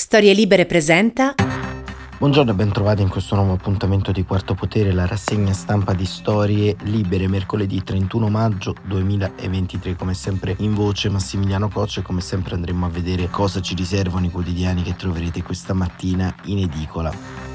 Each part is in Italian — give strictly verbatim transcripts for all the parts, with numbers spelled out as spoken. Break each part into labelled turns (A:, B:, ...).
A: Storie Libere presenta.
B: Buongiorno e bentrovati in questo nuovo appuntamento di Quarto Potere, la rassegna stampa di Storie Libere, mercoledì trentuno maggio duemilaventitré. Come sempre in voce Massimiliano Coccia e come sempre andremo a vedere cosa ci riservano i quotidiani che troverete questa mattina in edicola.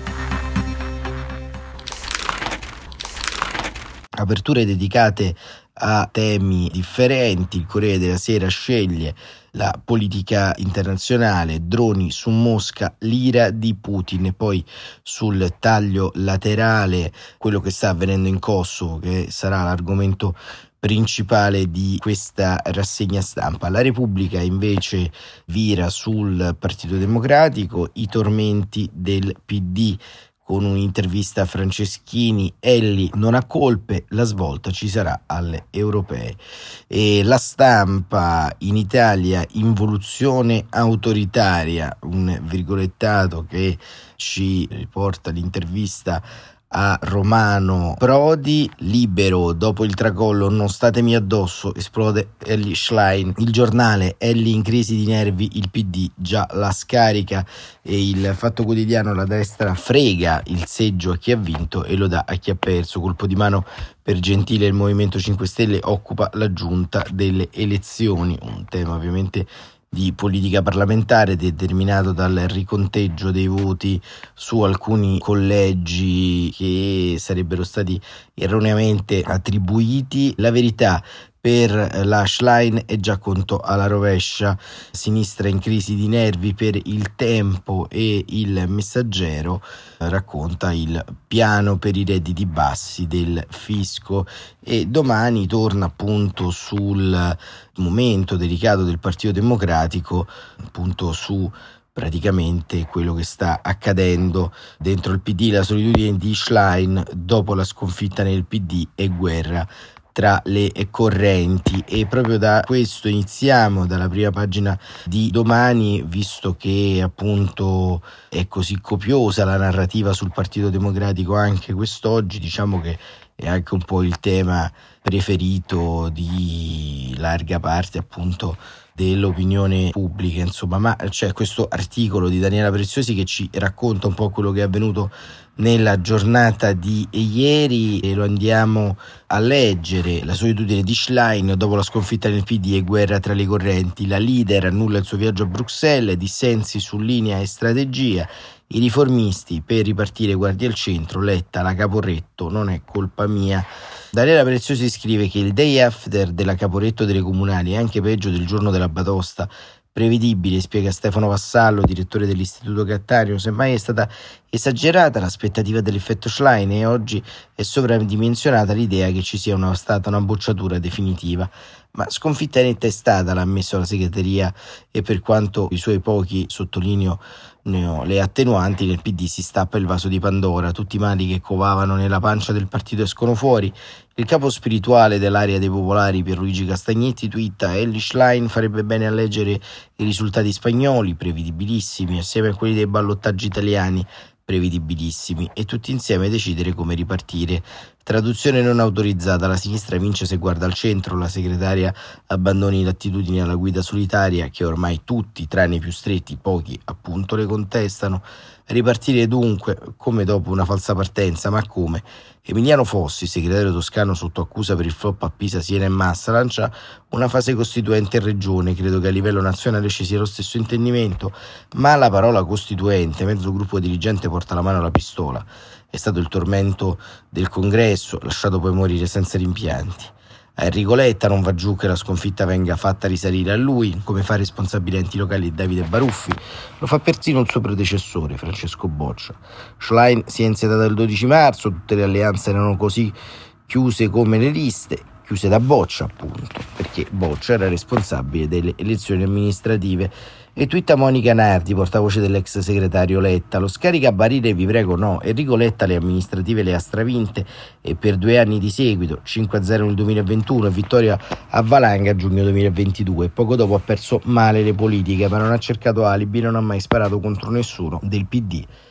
B: Aperture dedicate a temi differenti. Il Corriere della Sera sceglie la politica internazionale, droni su Mosca, l'ira di Putin, e poi sul taglio laterale quello che sta avvenendo in Kosovo, che sarà l'argomento principale di questa rassegna stampa. La Repubblica invece vira sul Partito Democratico, i tormenti del P D, con un'intervista a Franceschini. Elli non ha colpe, la svolta ci sarà alle europee. E La Stampa: in Italia involuzione autoritaria, un virgolettato che ci riporta l'intervista a Romano Prodi. Libero: dopo il tracollo non statemi addosso, esplode Elly Schlein. Il Giornale: Elly in crisi di nervi, il P D già la scarica. E il Fatto Quotidiano: la destra frega il seggio a chi ha vinto e lo dà a chi ha perso. Colpo di mano per Gentile, il Movimento cinque Stelle occupa la giunta delle elezioni, un tema ovviamente di politica parlamentare determinato dal riconteggio dei voti su alcuni collegi che sarebbero stati erroneamente attribuiti. La Verità: per la Schlein è già conto alla rovescia, sinistra in crisi di nervi. Per Il Tempo e Il Messaggero racconta il piano per i redditi bassi del fisco. E Domani torna appunto sul momento delicato del Partito Democratico, appunto su praticamente quello che sta accadendo dentro il P D, la solitudine di Schlein dopo la sconfitta nel P D e guerra tra le correnti. E proprio da questo iniziamo, dalla prima pagina di Domani, visto che appunto è così copiosa la narrativa sul Partito Democratico anche quest'oggi. Diciamo che è anche un po' il tema preferito di larga parte appunto dell'opinione pubblica, insomma. Ma c'è questo articolo di Daniela Preziosi che ci racconta un po' quello che è avvenuto nella giornata di ieri e lo andiamo a leggere. La solitudine di Schlein dopo la sconfitta nel P D e guerra tra le correnti. La leader annulla il suo viaggio a Bruxelles, dissensi su linea e strategia. I riformisti: per ripartire guardi al centro, Letta la Caporetto, non è colpa mia. Daniela Preziosi scrive che il day after della Caporetto delle comunali è anche peggio del giorno della batosta. Prevedibile, spiega Stefano Vassallo, direttore dell'Istituto Cattaneo. Semmai è stata esagerata l'aspettativa dell'effetto Schlein e oggi è sovradimensionata l'idea che ci sia una, stata una bocciatura definitiva. Ma sconfitta netta è stata, l'ha ammesso la segreteria, e per quanto i suoi pochi, sottolineo le attenuanti, nel P D si stappa il vaso di Pandora. Tutti i mali che covavano nella pancia del partito escono fuori. Il capo spirituale dell'area dei popolari, Pierluigi Castagnetti, twitta: Elly Schlein farebbe bene a leggere i risultati spagnoli, prevedibilissimi, assieme a quelli dei ballottaggi italiani, prevedibilissimi, e tutti insieme decidere come ripartire. Traduzione non autorizzata: la sinistra vince se guarda al centro, la segretaria abbandoni l'attitudine alla guida solitaria che ormai tutti, tranne i più stretti, pochi appunto, le contestano. Ripartire dunque, come dopo una falsa partenza, ma come? Emiliano Fossi, segretario toscano sotto accusa per il flop a Pisa, Siena e Massa, lancia una fase costituente in regione. Credo che a livello nazionale ci sia lo stesso intendimento, ma la parola costituente, mezzo gruppo dirigente porta la mano alla pistola. È stato il tormento del congresso, lasciato poi morire senza rimpianti. A Enrico Letta non va giù che la sconfitta venga fatta risalire a lui, come fa responsabile enti locali Davide Baruffi. Lo fa persino il suo predecessore, Francesco Boccia. Schlein si è insediata il dodici marzo, tutte le alleanze erano così chiuse come le liste, chiuse da Boccia appunto, perché Boccia era responsabile delle elezioni amministrative. E twitta Monica Nardi, portavoce dell'ex segretario Letta: lo scaricabarile vi prego no, Enrico Letta le amministrative le ha stravinte e per due anni di seguito, cinque a zero nel duemilaventuno e vittoria a Valanga a giugno duemilaventidue. Poco dopo ha perso male le politiche, ma non ha cercato alibi, non ha mai sparato contro nessuno del P D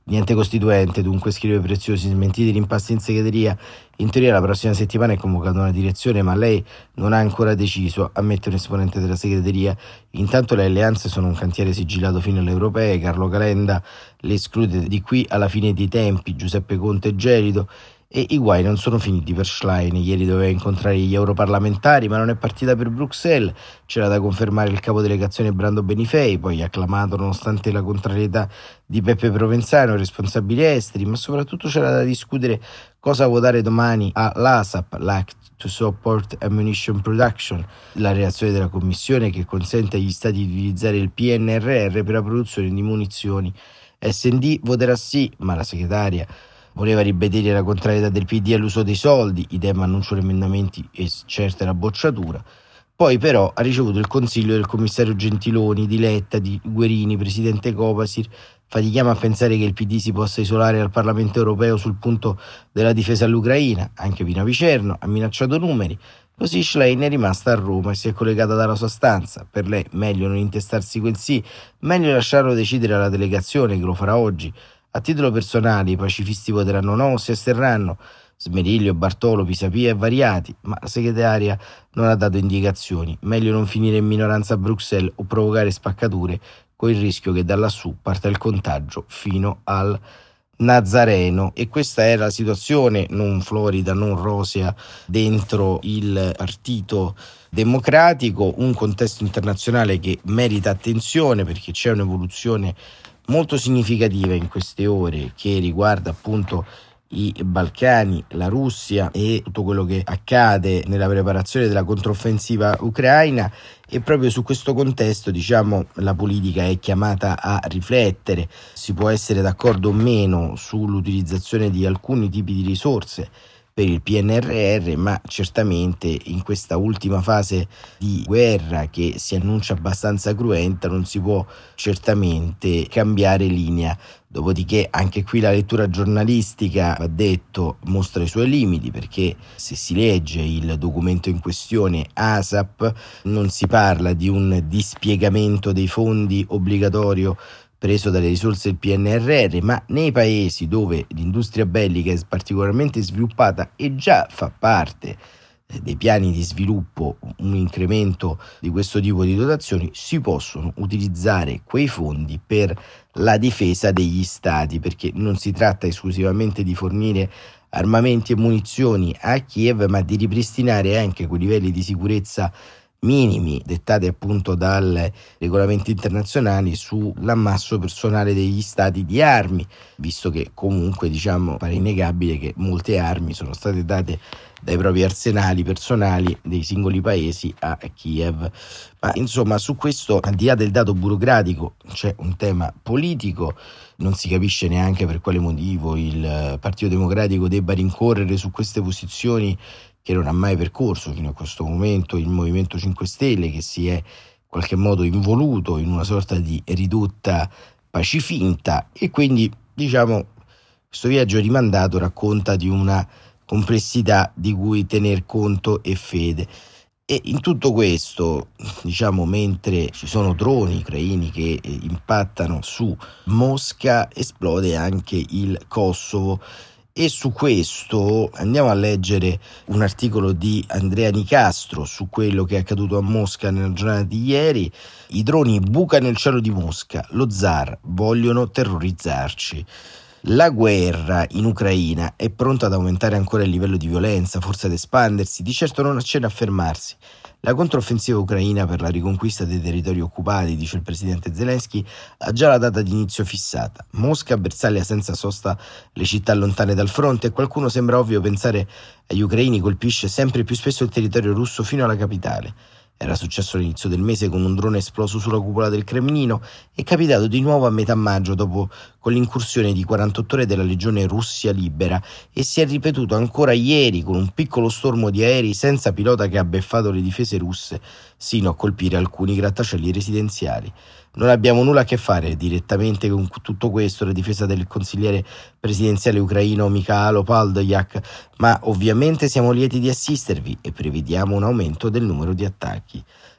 B: Niente costituente, dunque, scrive Preziosi, smentiti i rimpasti in segreteria. In teoria la prossima settimana è convocata una direzione, ma lei non ha ancora deciso, ammette un esponente della segreteria. Intanto le alleanze sono un cantiere sigillato fino alle europee. Carlo Calenda le esclude di qui alla fine dei tempi, Giuseppe Conte gelido. E i guai non sono finiti per Schlein. Ieri doveva incontrare gli europarlamentari, ma non è partita per Bruxelles. C'era da confermare il capo delegazione Brando Benifei, poi acclamato nonostante la contrarietà di Peppe Provenzano, responsabili esteri, ma soprattutto c'era da discutere cosa votare domani all'A S A P, l'Act to Support Ammunition Production, la reazione della Commissione che consente agli Stati di utilizzare il P N R R per la produzione di munizioni. S and D voterà sì, ma la segretaria voleva rivedere la contrarietà del P D all'uso dei soldi, i Dem annunciano emendamenti e certa la bocciatura. Poi però ha ricevuto il consiglio del commissario Gentiloni, di Letta, di Guerini, presidente Copasir. Fatichiamo a pensare che il P D si possa isolare al Parlamento europeo sul punto della difesa all'Ucraina. Anche Pina Picerno ha minacciato numeri. Così Schlein è rimasta a Roma e si è collegata dalla sua stanza. Per lei meglio non intestarsi quel sì, meglio lasciarlo decidere alla delegazione che lo farà oggi. A titolo personale i pacifisti voteranno no o si asterranno, Smeriglio, Bartolo, Pisapia e Variati, ma la segretaria non ha dato indicazioni. Meglio non finire in minoranza a Bruxelles o provocare spaccature, con il rischio che da lassù parta il contagio fino al Nazareno. E questa è la situazione non florida, non rosea dentro il Partito Democratico, un contesto internazionale che merita attenzione perché c'è un'evoluzione molto significativa in queste ore che riguarda appunto i Balcani, la Russia e tutto quello che accade nella preparazione della controffensiva ucraina. E proprio su questo contesto, diciamo, la politica è chiamata a riflettere. Si può essere d'accordo o meno sull'utilizzazione di alcuni tipi di risorse per il P N R R, ma certamente in questa ultima fase di guerra che si annuncia abbastanza cruenta non si può certamente cambiare linea. Dopodiché anche qui la lettura giornalistica, va detto, mostra i suoi limiti, perché se si legge il documento in questione A S A P non si parla di un dispiegamento dei fondi obbligatorio preso dalle risorse del P N R R, ma nei paesi dove l'industria bellica è particolarmente sviluppata e già fa parte dei piani di sviluppo un incremento di questo tipo di dotazioni, si possono utilizzare quei fondi per la difesa degli stati, perché non si tratta esclusivamente di fornire armamenti e munizioni a Kiev, ma di ripristinare anche quei livelli di sicurezza minimi dettati appunto dai regolamenti internazionali sull'ammasso personale degli stati di armi, visto che comunque diciamo pare innegabile che molte armi sono state date dai propri arsenali personali dei singoli paesi a Kiev. Ma insomma, su questo, al di là del dato burocratico, c'è un tema politico. Non si capisce neanche per quale motivo il Partito Democratico debba rincorrere su queste posizioni che non ha mai percorso fino a questo momento il Movimento cinque Stelle, che si è in qualche modo involuto in una sorta di ridotta pacifinta. E quindi diciamo questo viaggio rimandato racconta di una complessità di cui tener conto e fede. E in tutto questo, diciamo, mentre ci sono droni ucraini che impattano su Mosca, esplode anche il Kosovo. E su questo andiamo a leggere un articolo di Andrea Nicastro su quello che è accaduto a Mosca nella giornata di ieri. I droni bucano il cielo di Mosca, lo zar, vogliono terrorizzarci. La guerra in Ucraina è pronta ad aumentare ancora il livello di violenza, forse ad espandersi, di certo non accenna a fermarsi. La controffensiva ucraina per la riconquista dei territori occupati, dice il presidente Zelensky, ha già la data di inizio fissata. Mosca bersaglia senza sosta le città lontane dal fronte e qualcuno sembra ovvio pensare agli ucraini colpisce sempre più spesso il territorio russo fino alla capitale. Era successo all'inizio del mese con un drone esploso sulla cupola del Cremlino e capitato di nuovo a metà maggio dopo con l'incursione di quarantotto ore della legione Russia Libera e si è ripetuto ancora ieri con un piccolo stormo di aerei senza pilota che ha beffato le difese russe sino a colpire alcuni grattacieli residenziali. Non abbiamo nulla a che fare direttamente con tutto questo, la difesa del consigliere presidenziale ucraino Mikhailo Podolyak, ma ovviamente siamo lieti di assistervi e prevediamo un aumento del numero di attacchi.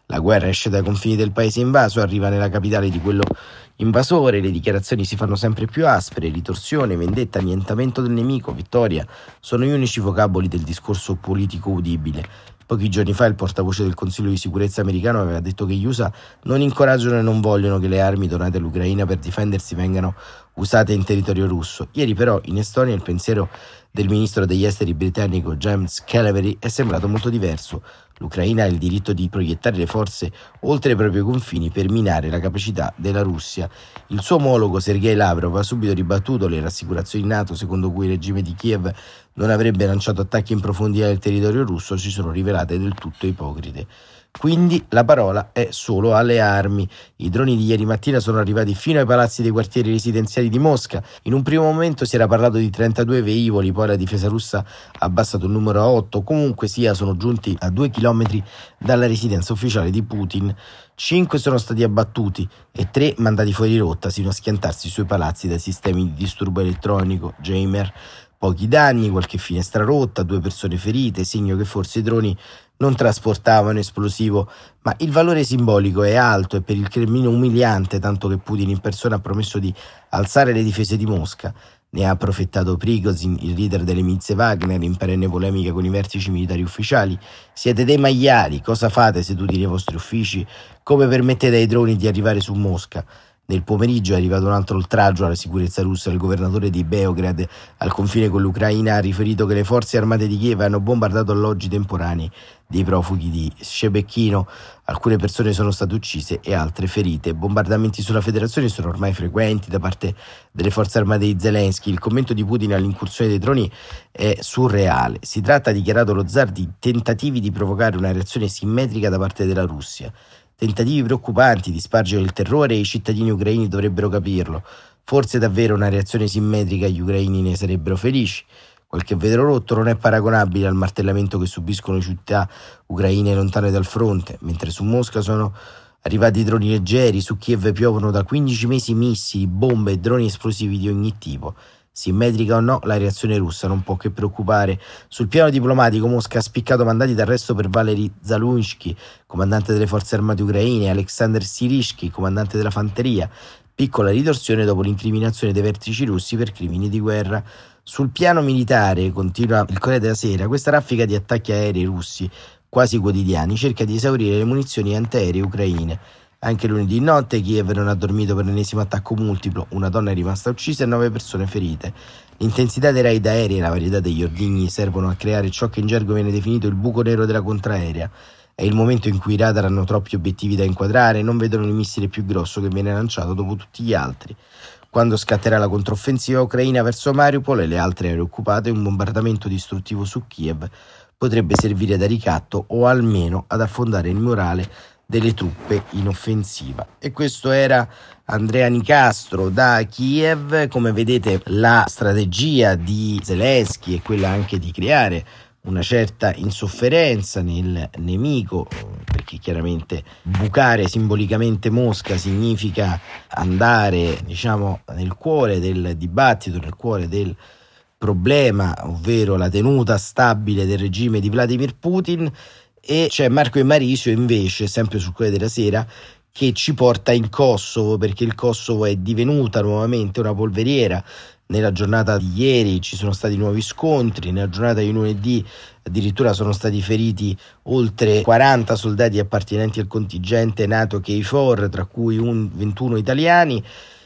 B: La guerra esce dai confini del paese invaso, arriva nella capitale di quello invasore, le dichiarazioni si fanno sempre più aspre, ritorsione, vendetta, annientamento del nemico, vittoria, sono gli unici vocaboli del discorso politico udibile. Pochi giorni fa il portavoce del Consiglio di sicurezza americano aveva detto che gli U S A non incoraggiano e non vogliono che le armi donate all'Ucraina per difendersi vengano usate in territorio russo. Ieri però in Estonia il pensiero del ministro degli esteri britannico James Cleverly è sembrato molto diverso. L'Ucraina ha il diritto di proiettare le forze oltre i propri confini per minare la capacità della Russia. Il suo omologo Sergei Lavrov ha subito ribattuto le rassicurazioni NATO secondo cui il regime di Kiev non avrebbe lanciato attacchi in profondità del territorio russo, si sono rivelate del tutto ipocrite. Quindi la parola è solo alle armi. I droni di ieri mattina sono arrivati fino ai palazzi dei quartieri residenziali di Mosca. In un primo momento si era parlato di trentadue velivoli, poi la difesa russa ha abbassato il numero a otto. Comunque sia, sono giunti a due chilometri dalla residenza ufficiale di Putin. Cinque sono stati abbattuti e tre mandati fuori rotta sino a schiantarsi sui palazzi dai sistemi di disturbo elettronico, Jamer. Pochi danni, qualche finestra rotta, due persone ferite, segno che forse i droni non trasportavano esplosivo, ma il valore simbolico è alto e per il Cremlino umiliante, tanto che Putin in persona ha promesso di alzare le difese di Mosca. Ne ha approfittato Prigozhin, il leader delle milizie Wagner, in perenne polemica con i vertici militari ufficiali. Siete dei maiali, cosa fate seduti nei vostri uffici? Come permettete ai droni di arrivare su Mosca? Nel pomeriggio è arrivato un altro oltraggio alla sicurezza russa. Il governatore di Beograd, al confine con l'Ucraina, ha riferito che le forze armate di Kiev hanno bombardato alloggi temporanei dei profughi di Shebekino. Alcune persone sono state uccise e altre ferite. Bombardamenti sulla federazione sono ormai frequenti da parte delle forze armate di Zelensky. Il commento di Putin all'incursione dei droni è surreale. Si tratta, ha dichiarato lo zar, di tentativi di provocare una reazione simmetrica da parte della Russia. Tentativi preoccupanti di spargere il terrore e i cittadini ucraini dovrebbero capirlo. Forse davvero una reazione simmetrica gli ucraini ne sarebbero felici. Qualche vetro rotto non è paragonabile al martellamento che subiscono le città ucraine lontane dal fronte, mentre su Mosca sono arrivati droni leggeri, su Kiev piovono da quindici mesi missili, bombe e droni esplosivi di ogni tipo. Simmetrica o no, la reazione russa non può che preoccupare. Sul piano diplomatico Mosca ha spiccato mandati d'arresto per Valery Zaluzhnyi, comandante delle forze armate ucraine, e Alexander Sirishky, comandante della fanteria. Piccola ritorsione dopo l'incriminazione dei vertici russi per crimini di guerra. Sul piano militare, continua il Corriere della Sera, questa raffica di attacchi aerei russi, quasi quotidiani, cerca di esaurire le munizioni antiaeree ucraine. Anche lunedì notte Kiev non ha dormito per l'ennesimo attacco multiplo, una donna è rimasta uccisa e nove persone ferite. L'intensità dei raid aerei e la varietà degli ordigni servono a creare ciò che in gergo viene definito il buco nero della contraerea. È il momento in cui i radar hanno troppi obiettivi da inquadrare e non vedono il missile più grosso che viene lanciato dopo tutti gli altri. Quando scatterà la controffensiva ucraina verso Mariupol e le altre aree occupate, un bombardamento distruttivo su Kiev potrebbe servire da ricatto o almeno ad affondare il morale delle truppe in offensiva. E questo era Andrea Nicastro da Kiev. Come vedete, la strategia di Zelensky è quella anche di creare una certa insofferenza nel nemico, perché chiaramente bucare simbolicamente Mosca significa andare, diciamo, nel cuore del dibattito, nel cuore del problema, ovvero la tenuta stabile del regime di Vladimir Putin. E c'è Marco Emarisio invece, sempre sul Corriere della Sera, che ci porta in Kosovo, perché il Kosovo è divenuta nuovamente una polveriera. Nella giornata di ieri ci sono stati nuovi scontri, nella giornata di lunedì addirittura sono stati feriti oltre quaranta soldati appartenenti al contingente NATO K F O R, tra cui un ventuno italiani.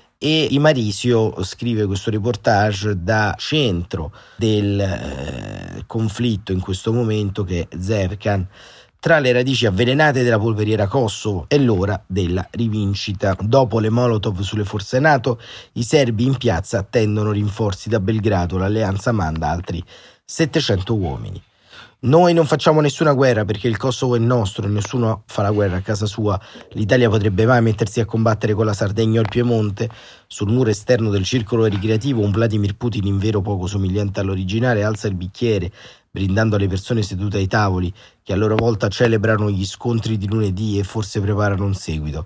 B: E Emarisio scrive questo reportage da centro del eh, conflitto in questo momento, che è Zerkan. Tra le radici avvelenate della polveriera Kosovo è l'ora della rivincita. Dopo le Molotov sulle forze NATO, i serbi in piazza attendono rinforzi da Belgrado. L'alleanza manda altri settecento uomini. Noi non facciamo nessuna guerra perché il Kosovo è nostro e nessuno fa la guerra a casa sua. L'Italia potrebbe mai mettersi a combattere con la Sardegna o il Piemonte? Sul muro esterno del circolo ricreativo un Vladimir Putin in vero poco somigliante all'originale alza il bicchiere, brindando alle persone sedute ai tavoli, che a loro volta celebrano gli scontri di lunedì e forse preparano un seguito.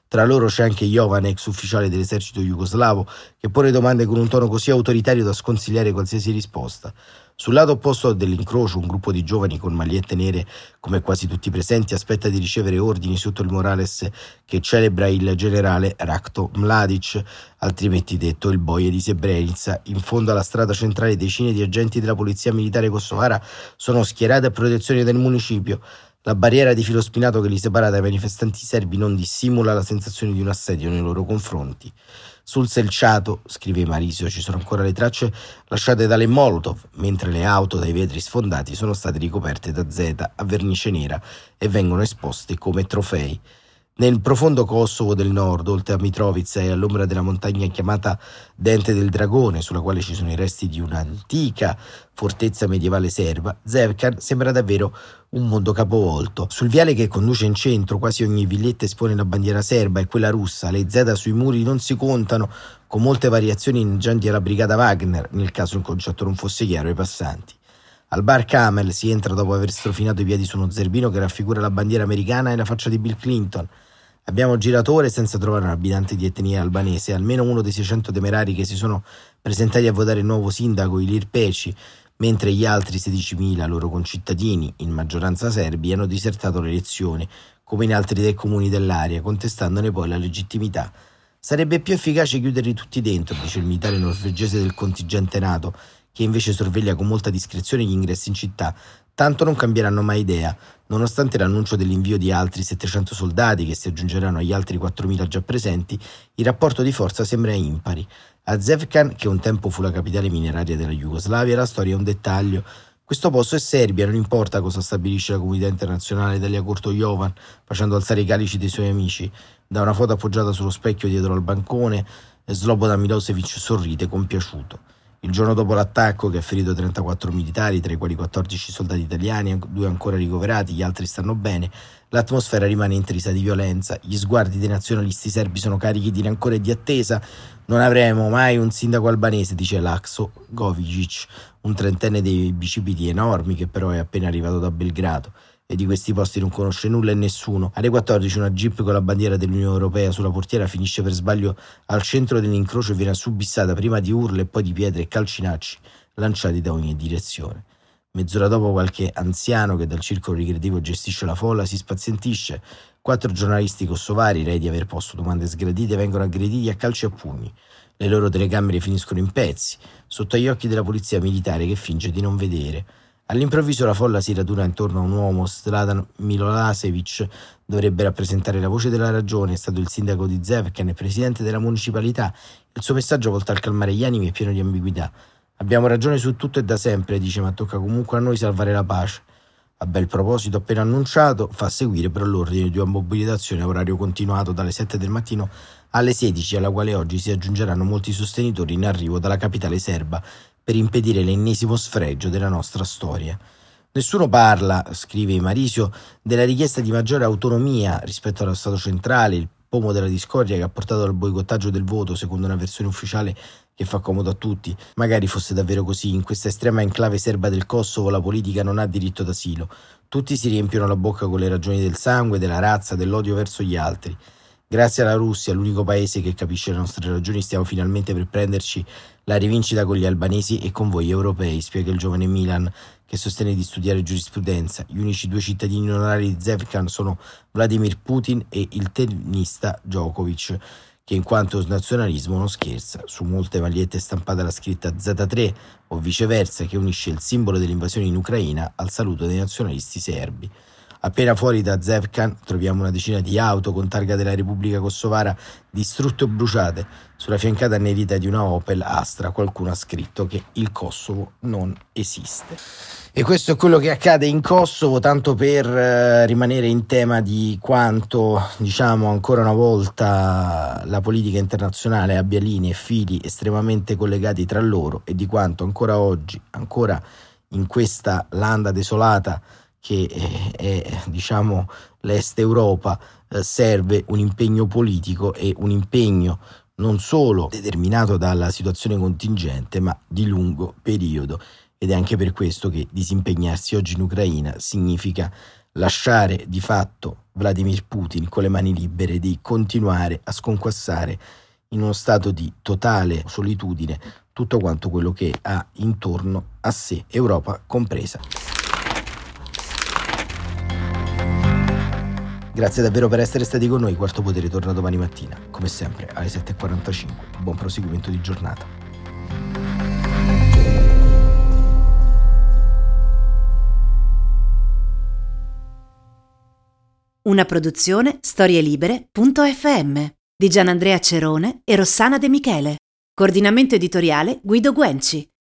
B: Tra loro c'è anche Jovan, ex ufficiale dell'esercito jugoslavo, che pone domande con un tono così autoritario da sconsigliare qualsiasi risposta. Sul lato opposto dell'incrocio, un gruppo di giovani con magliette nere, come quasi tutti i presenti, aspetta di ricevere ordini sotto il Morales che celebra il generale Ratko Mladic, altrimenti detto il boia di Srebrenica. In fondo alla strada centrale decine di agenti della polizia militare kosovara sono schierati a protezione del municipio. La barriera di filo spinato che li separa dai manifestanti serbi non dissimula la sensazione di un assedio nei loro confronti. Sul selciato, scrive Marisio, ci sono ancora le tracce lasciate dalle Molotov, mentre le auto dai vetri sfondati sono state ricoperte da Z a vernice nera e vengono esposte come trofei. Nel profondo Kosovo del nord, oltre a Mitrovica e all'ombra della montagna chiamata Dente del Dragone, sulla quale ci sono i resti di un'antica fortezza medievale serba, Zevkan sembra davvero un mondo capovolto. Sul viale che conduce in centro, quasi ogni villetta espone la bandiera serba e quella russa. Le Z sui muri non si contano, con molte variazioni inneggianti alla brigata Wagner, nel caso il concetto non fosse chiaro ai passanti. Al bar Camel si entra dopo aver strofinato i piedi su uno zerbino che raffigura la bandiera americana e la faccia di Bill Clinton. Abbiamo girato ore senza trovare un abitante di etnia albanese, almeno uno dei seicento temerari che si sono presentati a votare il nuovo sindaco Ilir Peci, mentre gli altri sedicimila loro concittadini, in maggioranza serbi, hanno disertato le elezioni, come in altri tre comuni dell'area, contestandone poi la legittimità. Sarebbe più efficace chiuderli tutti dentro, dice il militare norvegese del contingente NATO, che invece sorveglia con molta discrezione gli ingressi in città. Tanto non cambieranno mai idea, nonostante l'annuncio dell'invio di altri settecento soldati che si aggiungeranno agli altri quattromila già presenti, il rapporto di forza sembra impari. A Zevkan, che un tempo fu la capitale mineraria della Jugoslavia, la storia è un dettaglio. Questo posto è Serbia, non importa cosa stabilisce la comunità internazionale, dagli accorto Jovan, facendo alzare i calici dei suoi amici. Da una foto appoggiata sullo specchio dietro al bancone, Slobodan Milosevic sorride compiaciuto. Il giorno dopo l'attacco, che ha ferito trentaquattro militari, tra i quali quattordici soldati italiani, due ancora ricoverati, gli altri stanno bene, l'atmosfera rimane intrisa di violenza, gli sguardi dei nazionalisti serbi sono carichi di rancore e di attesa. Non avremo mai un sindaco albanese, dice Lakso Govicic, un trentenne dei B C P D enormi che però è appena arrivato da Belgrado e di questi posti non conosce nulla e nessuno. Alle quattordici una jeep con la bandiera dell'Unione Europea sulla portiera finisce per sbaglio al centro dell'incrocio e viene subissata prima di urla e poi di pietre e calcinacci lanciati da ogni direzione. Mezz'ora dopo qualche anziano che dal circolo ricreativo gestisce la folla si spazientisce. Quattro giornalisti kosovari, rei di aver posto domande sgradite, vengono aggrediti a calci e a pugni. Le loro telecamere finiscono in pezzi, sotto gli occhi della polizia militare che finge di non vedere. All'improvviso la folla si raduna intorno a un uomo. Sladan Milosevic dovrebbe rappresentare la voce della ragione, è stato il sindaco di Zevkan e presidente della municipalità. Il suo messaggio, volto a calmare gli animi, è pieno di ambiguità. Abbiamo ragione su tutto e da sempre, dice, ma tocca comunque a noi salvare la pace. A bel proposito, appena annunciato, fa seguire però l'ordine di una mobilitazione a orario continuato dalle sette del mattino alle sedici, alla quale oggi si aggiungeranno molti sostenitori in arrivo dalla capitale serba per impedire l'ennesimo sfregio della nostra storia. Nessuno parla, scrive Marisio, della richiesta di maggiore autonomia rispetto allo Stato centrale, il pomo della discordia che ha portato al boicottaggio del voto, secondo una versione ufficiale che fa comodo a tutti. Magari fosse davvero così. In questa estrema enclave serba del Kosovo la politica non ha diritto d'asilo. Tutti si riempiono la bocca con le ragioni del sangue, della razza, dell'odio verso gli altri. Grazie alla Russia, l'unico paese che capisce le nostre ragioni, stiamo finalmente per prenderci la rivincita con gli albanesi e con voi europei, spiega il giovane Milan, che sostiene di studiare giurisprudenza. Gli unici due cittadini onorari di Zevkan sono Vladimir Putin e il tennista Djokovic, che in quanto nazionalismo non scherza. Su molte magliette è stampata la scritta Z tre o viceversa, che unisce il simbolo dell'invasione in Ucraina al saluto dei nazionalisti serbi. Appena fuori da Zevkan troviamo una decina di auto con targa della Repubblica Kosovara distrutte o bruciate. Sulla fiancata annerita di una Opel Astra qualcuno ha scritto che il Kosovo non esiste. E questo è quello che accade in Kosovo, tanto per eh, rimanere in tema di quanto, diciamo, ancora una volta la politica internazionale abbia linee e fili estremamente collegati tra loro e di quanto ancora oggi, ancora in questa landa desolata che è, diciamo, l'Est Europa, eh, serve un impegno politico e un impegno non solo determinato dalla situazione contingente, ma di lungo periodo. Ed è anche per questo che disimpegnarsi oggi in Ucraina significa lasciare di fatto Vladimir Putin con le mani libere di continuare a sconquassare in uno stato di totale solitudine tutto quanto quello che ha intorno a sé, Europa compresa. Grazie davvero per essere stati con noi. Quarto Potere torna domani mattina, come sempre alle sette e quarantacinque. Buon proseguimento di giornata.
A: Una produzione storielibere punto effe emme di Gianandrea Cerone e Rossana De Michele. Coordinamento editoriale Guido Guenci.